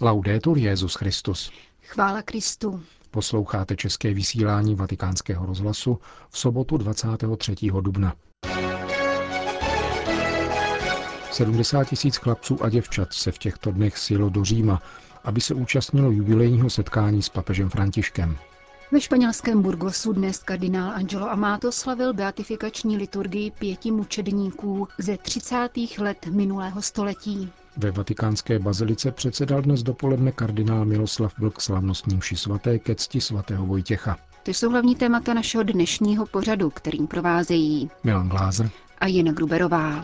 Laudetur Jesus Christus. Chvála Kristu. Posloucháte české vysílání Vatikánského rozhlasu v sobotu 23. dubna. 70 000 chlapců a děvčat se v těchto dnech sjelo do Říma, aby se účastnilo jubilejního setkání s papežem Františkem. Ve španělském Burgosu dnes kardinál Angelo Amato slavil beatifikační liturgii 5 mučedníků ze 30. let minulého století. Ve vatikánské bazilice předsedal dnes dopoledne kardinál Miloslav Vlk slavnostní mši svaté ke cti svatého Vojtěcha. To jsou hlavní témata našeho dnešního pořadu, kterým provázejí Milan Glázer a Jana Gruberová.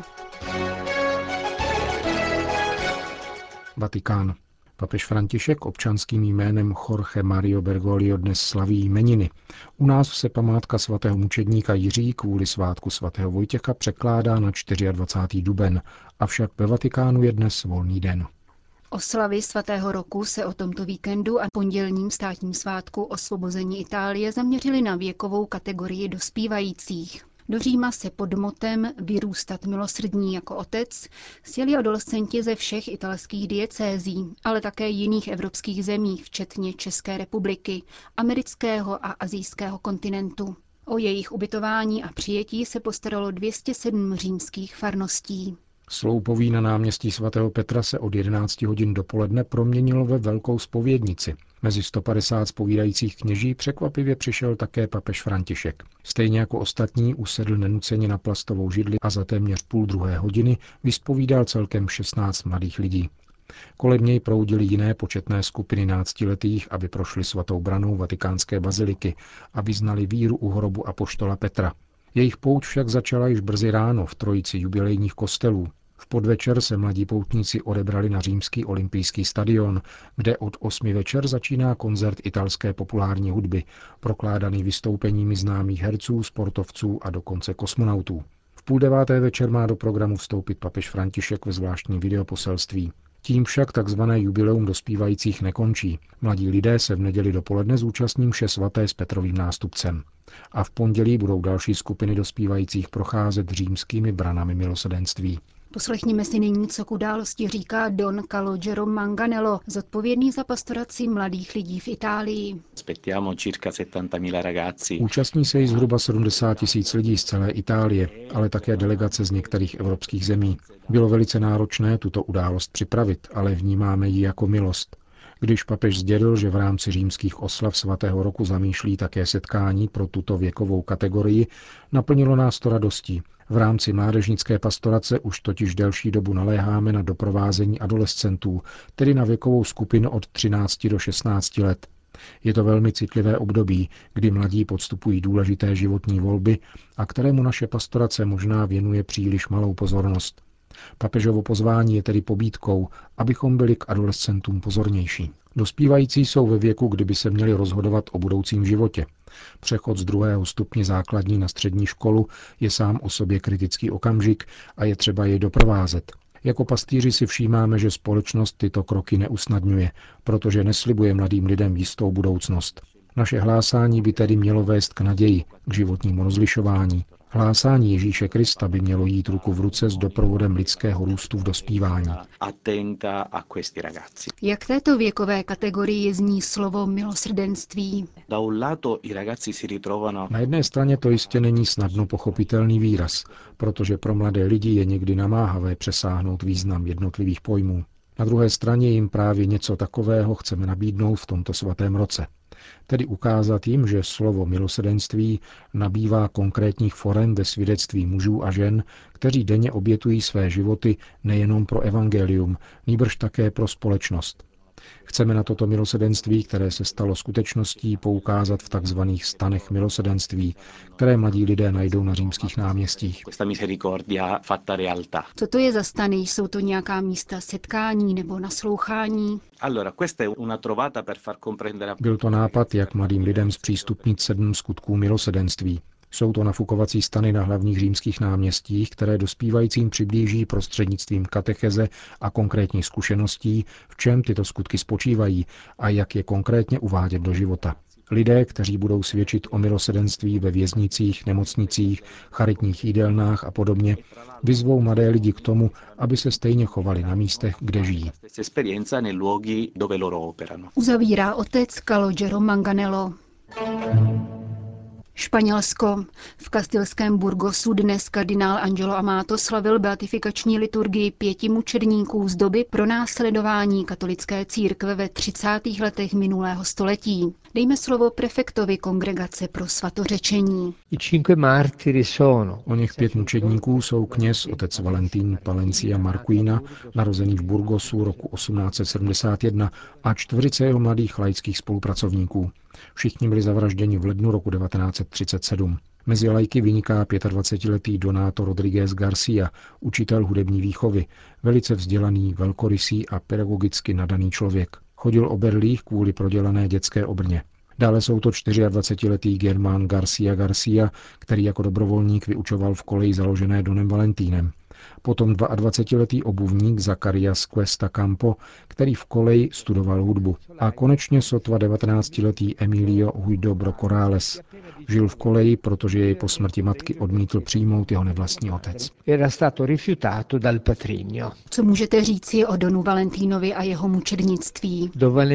Vatikán. Papež František občanským jménem Jorge Mario Bergoglio dnes slaví jmeniny. U nás se památka svatého mučedníka Jiří kvůli svátku svatého Vojtěcha překládá na 24. duben, avšak ve Vatikánu je dnes volný den. Oslavy svatého roku se o tomto víkendu a pondělním státním svátku osvobození Itálie zaměřily na věkovou kategorii dospívajících. Do Říma se pod motem Vyrůstat milosrdní jako otec sjeli adolescenti ze všech italských diecézí, ale také jiných evropských zemí, včetně České republiky, amerického a asijského kontinentu. O jejich ubytování a přijetí se postaralo 207 římských farností. Sloupoví na náměstí svatého Petra se od 11 hodin dopoledne proměnilo ve velkou zpovědnici. Mezi 150 zpovídajících kněží překvapivě přišel také papež František. Stejně jako ostatní usedl nenuceně na plastovou židli a za téměř 1:30 vyspovídal celkem 16 mladých lidí. Kolem něj proudily jiné početné skupiny náctiletých, aby prošli svatou branou vatikánské baziliky a vyznali víru u hrobu apoštola Petra. Jejich pouť však začala již brzy ráno v trojici jubilejních kostelů. V podvečer se mladí poutníci odebrali na římský olympijský stadion, kde od 8 večer začíná koncert italské populární hudby, prokládaný vystoupeními známých herců, sportovců a dokonce kosmonautů. V 8:30 večer má do programu vstoupit papež František ve zvláštním videoposelství. Tím však takzvané jubileum dospívajících nekončí. Mladí lidé se v neděli dopoledne zúčastní mše svaté s Petrovým nástupcem. A v pondělí budou další skupiny dospívajících procházet římskými branami milosrdenství. Poslechněme si nyní, co k události říká Don Calogero Manganello, zodpovědný za pastoraci mladých lidí v Itálii. Účastní se jí zhruba 70 000 lidí z celé Itálie, ale také delegace z některých evropských zemí. Bylo velice náročné tuto událost připravit, ale vnímáme ji jako milost. Když papež sdělil, že v rámci římských oslav svatého roku zamýšlí také setkání pro tuto věkovou kategorii, naplnilo nás to radostí. V rámci mládežnické pastorace už totiž delší dobu naléháme na doprovázení adolescentů, tedy na věkovou skupinu od 13 do 16 let. Je to velmi citlivé období, kdy mladí podstupují důležité životní volby a kterému naše pastorace možná věnuje příliš malou pozornost. Papežovo pozvání je tedy pobídkou, abychom byli k adolescentům pozornější. Dospívající jsou ve věku, kdyby se měli rozhodovat o budoucím životě. Přechod z 2. stupně základní na střední školu je sám o sobě kritický okamžik a je třeba jej doprovázet. Jako pastýři si všímáme, že společnost tyto kroky neusnadňuje, protože neslibuje mladým lidem jistou budoucnost. Naše hlásání by tedy mělo vést k naději, k životnímu rozlišování. Hlásání Ježíše Krista by mělo jít ruku v ruce s doprovodem lidského růstu v dospívání. Jak této věkové kategorii zní slovo milosrdenství? Na jedné straně to jistě není snadno pochopitelný výraz, protože pro mladé lidi je někdy namáhavé přesáhnout význam jednotlivých pojmů. Na druhé straně jim právě něco takového chceme nabídnout v tomto svatém roce. Tedy ukázat jim, že slovo milosrdenství nabývá konkrétních forem ve svědectví mužů a žen, kteří denně obětují své životy nejenom pro evangelium, nýbrž také pro společnost. Chceme na toto milosrdenství, které se stalo skutečností, poukázat v takzvaných stanech milosrdenství, které mladí lidé najdou na římských náměstích. Co to je za stany? Jsou to nějaká místa setkání nebo naslouchání? Byl to nápad, jak mladým lidem zpřístupnit 7 skutků milosrdenství. Jsou to nafukovací stany na hlavních římských náměstích, které dospívajícím přiblíží prostřednictvím katecheze a konkrétních zkušeností, v čem tyto skutky spočívají a jak je konkrétně uvádět do života. Lidé, kteří budou svědčit o milosedenství ve věznicích, nemocnicích, charitních jídelnách a podobně, vyzvou mladé lidi k tomu, aby se stejně chovali na místech, kde žijí. Uzavírá otec Calogero Manganello. Španělsko. V kastilském Burgosu dnes kardinál Angelo Amato slavil beatifikační liturgii 5 mučedníků z doby pronásledování katolické církve ve 30. letech minulého století. Dejme slovo prefektovi Kongregace pro svatořečení. Oněch 5 mučedníků jsou kněz otec Valentín Palencia Marquina, narozený v Burgosu roku 1871, a 40 jeho mladých laických spolupracovníků. Všichni byli zavražděni v lednu roku 1937. Mezi laiky vyniká 25-letý Donato Rodriguez Garcia, učitel hudební výchovy, velice vzdělaný, velkorysý a pedagogicky nadaný člověk. Chodil o berlích kvůli prodělané dětské obrně. Dále jsou to 24-letý Germán Garcia, který jako dobrovolník vyučoval v koleji založené Donem Valentínem. Potom 22-letý obuvník Zacarias Cuesta Campo, který v koleji studoval hudbu. A konečně sotva 19-letý Emilio Huidobro Corrales. Žil v koleji, protože jej po smrti matky odmítl přijmout jeho nevlastní otec. Co můžete říci o Donu Valentínovi a jeho mučednictví?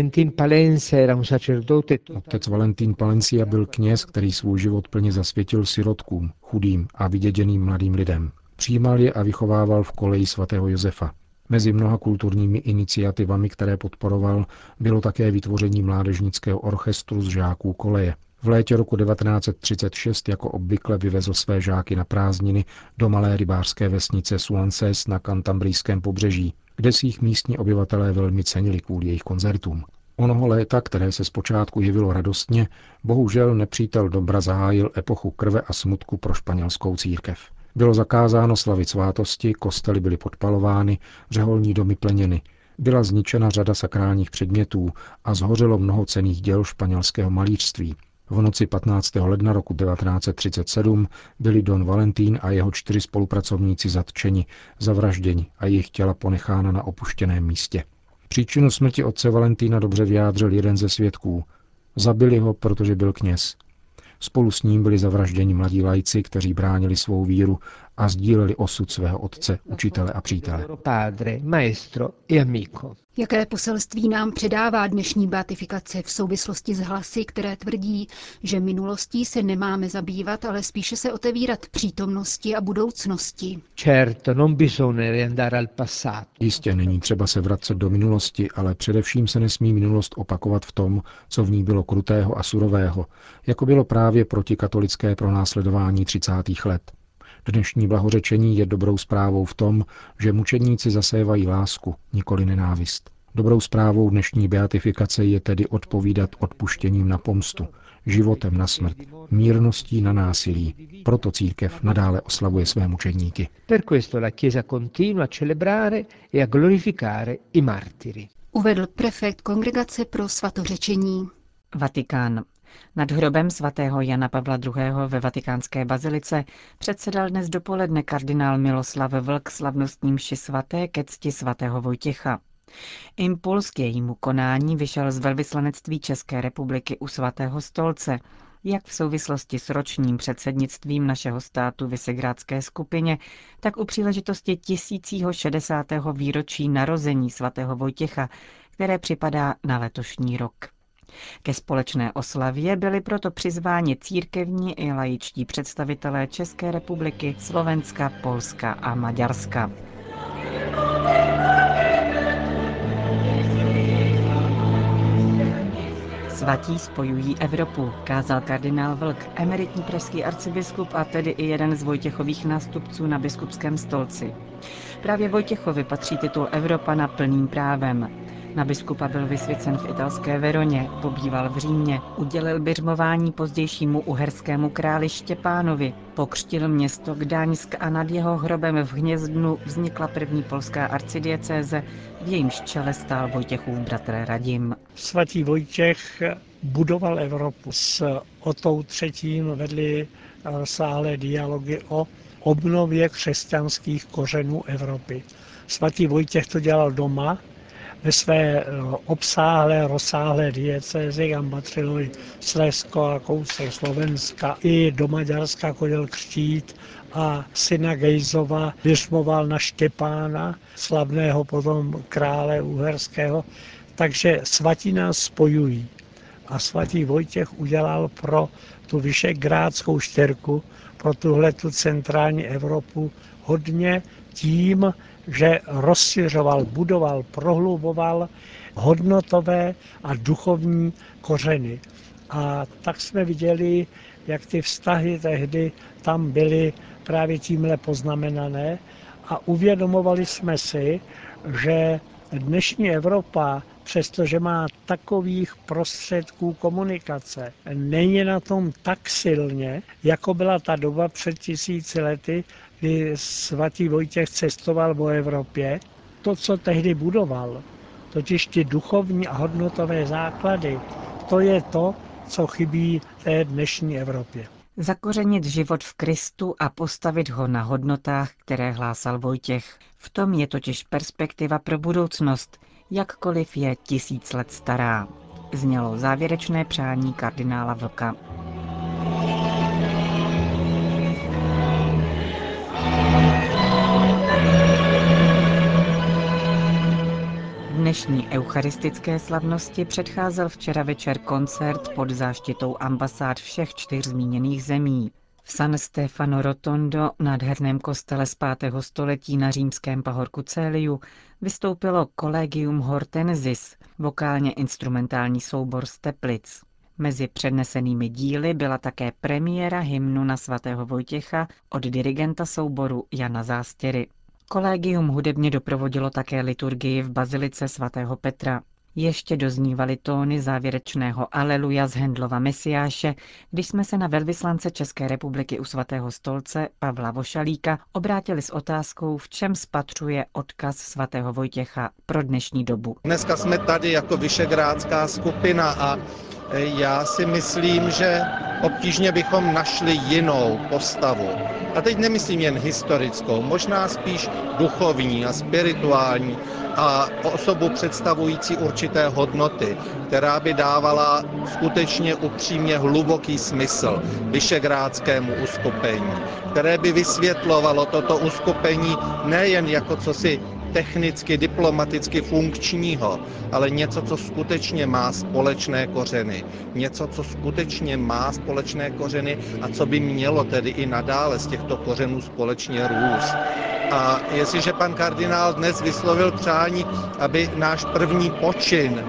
Otec Valentín Palencia byl kněz, který svůj život plně zasvětil sirotkům, chudým a vyděděným mladým lidem. Přijímal je a vychovával v koleji svatého Josefa. Mezi mnoha kulturními iniciativami, které podporoval, bylo také vytvoření mládežnického orchestru z žáků koleje. V létě roku 1936 jako obvykle vyvezl své žáky na prázdniny do malé rybářské vesnice Suances na Kantabrijském pobřeží, kde si jich místní obyvatelé velmi cenili kvůli jejich koncertům. Onoho léta, které se zpočátku jevilo radostně, bohužel nepřítel dobra zahájil epochu krve a smutku pro španělskou církev. Bylo zakázáno slavit svátosti, kostely byly podpalovány, řeholní domy pleněny. Byla zničena řada sakrálních předmětů a zhořelo mnoho cenných děl španělského malířství. V noci 15. ledna roku 1937 byli Don Valentín a jeho 4 spolupracovníci zatčeni, zavražděni a jejich těla ponechána na opuštěném místě. Příčinu smrti otce Valentína dobře vyjádřil jeden ze svědků. Zabili ho, protože byl kněz. Spolu s ním byli zavražděni mladí laici, kteří bránili svou víru a sdíleli osud svého otce, učitele a přítele. Jaké poselství nám předává dnešní beatifikace v souvislosti s hlasy, které tvrdí, že minulostí se nemáme zabývat, ale spíše se otevírat přítomnosti a budoucnosti? Jistě není třeba se vracet do minulosti, ale především se nesmí minulost opakovat v tom, co v ní bylo krutého a surového, jako bylo právě protikatolické pronásledování 30. let. Dnešní blahořečení je dobrou zprávou v tom, že mučedníci zasévají lásku, nikoli nenávist. Dobrou zprávou dnešní beatifikace je tedy odpovídat odpuštěním na pomstu, životem na smrt, mírností na násilí. Proto církev nadále oslavuje své mučedníky. Uvedl prefekt Kongregace pro svatořečení. Vatikán. Nad hrobem svatého Jana Pavla II. Ve vatikánské bazilice předsedal dnes dopoledne kardinál Miloslav Vlk slavnostní mši svaté ke cti svatého Vojtěcha. Impuls k jejímu konání vyšel z velvyslanectví České republiky u svatého stolce, jak v souvislosti s ročním předsednictvím našeho státu Visegrádské skupině, tak u příležitosti 1060. výročí narození svatého Vojtěcha, které připadá na letošní rok. Ke společné oslavě byli proto přizváni církevní i laičtí představitelé České republiky, Slovenska, Polska a Maďarska. Svatí spojují Evropu, kázal kardinál Vlk, emeritní pražský arcibiskup a tedy i jeden z Vojtěchových nástupců na biskupském stolci. Právě Vojtěchovi patří titul Evropana plným právem. Na biskupa byl vysvěcen v italské Veroně, pobýval v Římě, udělil biřmování pozdějšímu uherskému králi Štěpánovi, pokřtil město Gdaňsk a nad jeho hrobem v Hnězdnu vznikla první polská arcidiecéze, v jejímž čele stál Vojtěchův bratr Radim. Svatý Vojtěch budoval Evropu. S Otou III. Vedli sále dialogy o obnově křesťanských kořenů Evropy. Svatý Vojtěch to dělal doma ve své obsáhlé, rozsáhlé diecézi, kam patřilo i Slezsko a kousek Slovenska, i do Maďarska chodil křtít a syna Gejzova běžmoval na Štěpána, slavného potom krále uherského. Takže svatí nás spojují. A svatý Vojtěch udělal pro tu Visegrádskou čtyřku, pro tuhletu centrální Evropu hodně tím, že rozšiřoval, budoval, prohluboval hodnotové a duchovní kořeny. A tak jsme viděli, jak ty vztahy tehdy tam byly právě tímhle poznamenané a uvědomovali jsme si, že dnešní Evropa, přestože má takových prostředků komunikace, není na tom tak silně, jako byla ta doba před 1000 lety, kdy svatý Vojtěch cestoval po Evropě. To, co tehdy budoval, totiž ty duchovní a hodnotové základy, to je to, co chybí té dnešní Evropě. Zakořenit život v Kristu a postavit ho na hodnotách, které hlásal Vojtěch. V tom je totiž perspektiva pro budoucnost, jakkoliv je 1000 let stará. Znělo závěrečné přání kardinála Vlka. Dnešní eucharistické slavnosti předcházel včera večer koncert pod záštitou ambasád všech 4 zmíněných zemí. V San Stefano Rotondo, nádherném kostele z 5. století na římském pahorku Céliu, vystoupilo Collegium Hortensis, vokálně instrumentální soubor z Teplic. Mezi přednesenými díly byla také premiéra hymnu na svatého Vojtěcha od dirigenta souboru Jana Zástěry. Kolegium hudebně doprovodilo také liturgii v bazilice svatého Petra. Ještě doznívaly tóny závěrečného Aleluja z Handlova Mesiáše, když jsme se na velvyslance České republiky u svatého stolce Pavla Vošalíka obrátili s otázkou, v čem spatřuje odkaz svatého Vojtěcha pro dnešní dobu. Dneska jsme tady jako visegrádská skupina a já si myslím, že obtížně bychom našli jinou postavu. A teď nemyslím jen historickou, možná spíš duchovní a spirituální a osobu představující určité hodnoty, která by dávala skutečně upřímně hluboký smysl visegrádskému uskupení, které by vysvětlovalo toto uskupení nejen jako cosi technicky, diplomaticky funkčního, ale něco, co skutečně má společné kořeny. Něco, co skutečně má společné kořeny a co by mělo tedy i nadále z těchto kořenů společně růst. A jestliže pan kardinál dnes vyslovil přání, aby náš první počin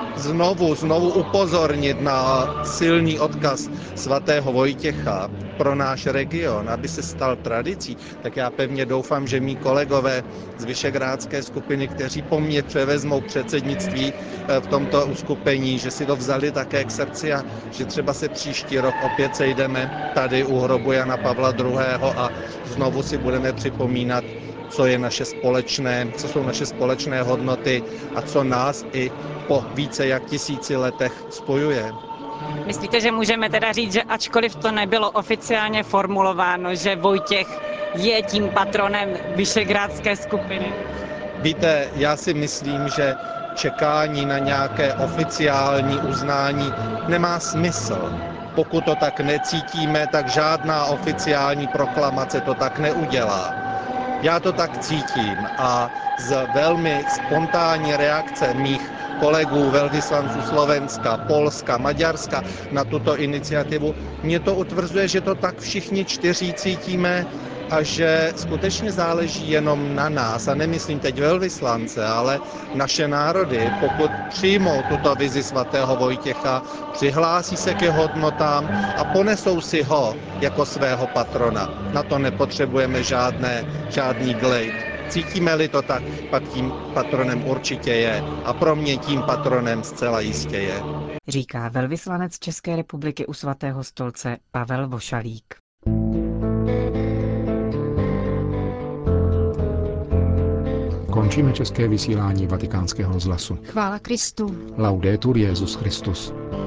znovu upozornit na silný odkaz svatého Vojtěcha pro náš region, aby se stal tradicí, tak já pevně doufám, že mí kolegové z visegrádské skupiny, kteří po mně převezmou předsednictví v tomto uskupení, že si to vzali také k srdci a že třeba se příští rok opět sejdeme tady u hrobu Jana Pavla II. A znovu si budeme připomínat, co jsou naše společné hodnoty a co nás i po více jak 1000 letech spojuje. Myslíte, že můžeme teda říct, že ačkoliv to nebylo oficiálně formulováno, že Vojtěch je tím patronem visegrádské skupiny? Víte, já si myslím, že čekání na nějaké oficiální uznání nemá smysl. Pokud to tak necítíme, tak žádná oficiální proklamace to tak neudělá. Já to tak cítím a z velmi spontánní reakce mých kolegů, velvyslanců Slovenska, Polska, Maďarska na tuto iniciativu, mě to utvrzuje, že to tak všichni 4 cítíme a že skutečně záleží jenom na nás. A nemyslím teď velvyslance, ale naše národy, pokud přijmou tuto vizi svatého Vojtěcha, přihlásí se ke hodnotám a ponesou si ho jako svého patrona. Na to nepotřebujeme žádný glejt. Cítíme-li to tak, pak tím patronem určitě je. A pro mě tím patronem zcela jistě je. Říká velvyslanec České republiky u svatého stolce Pavel Vošalík. Končíme české vysílání Vatikánského rozhlasu. Chvála Kristu. Laudetur Jesus Christus.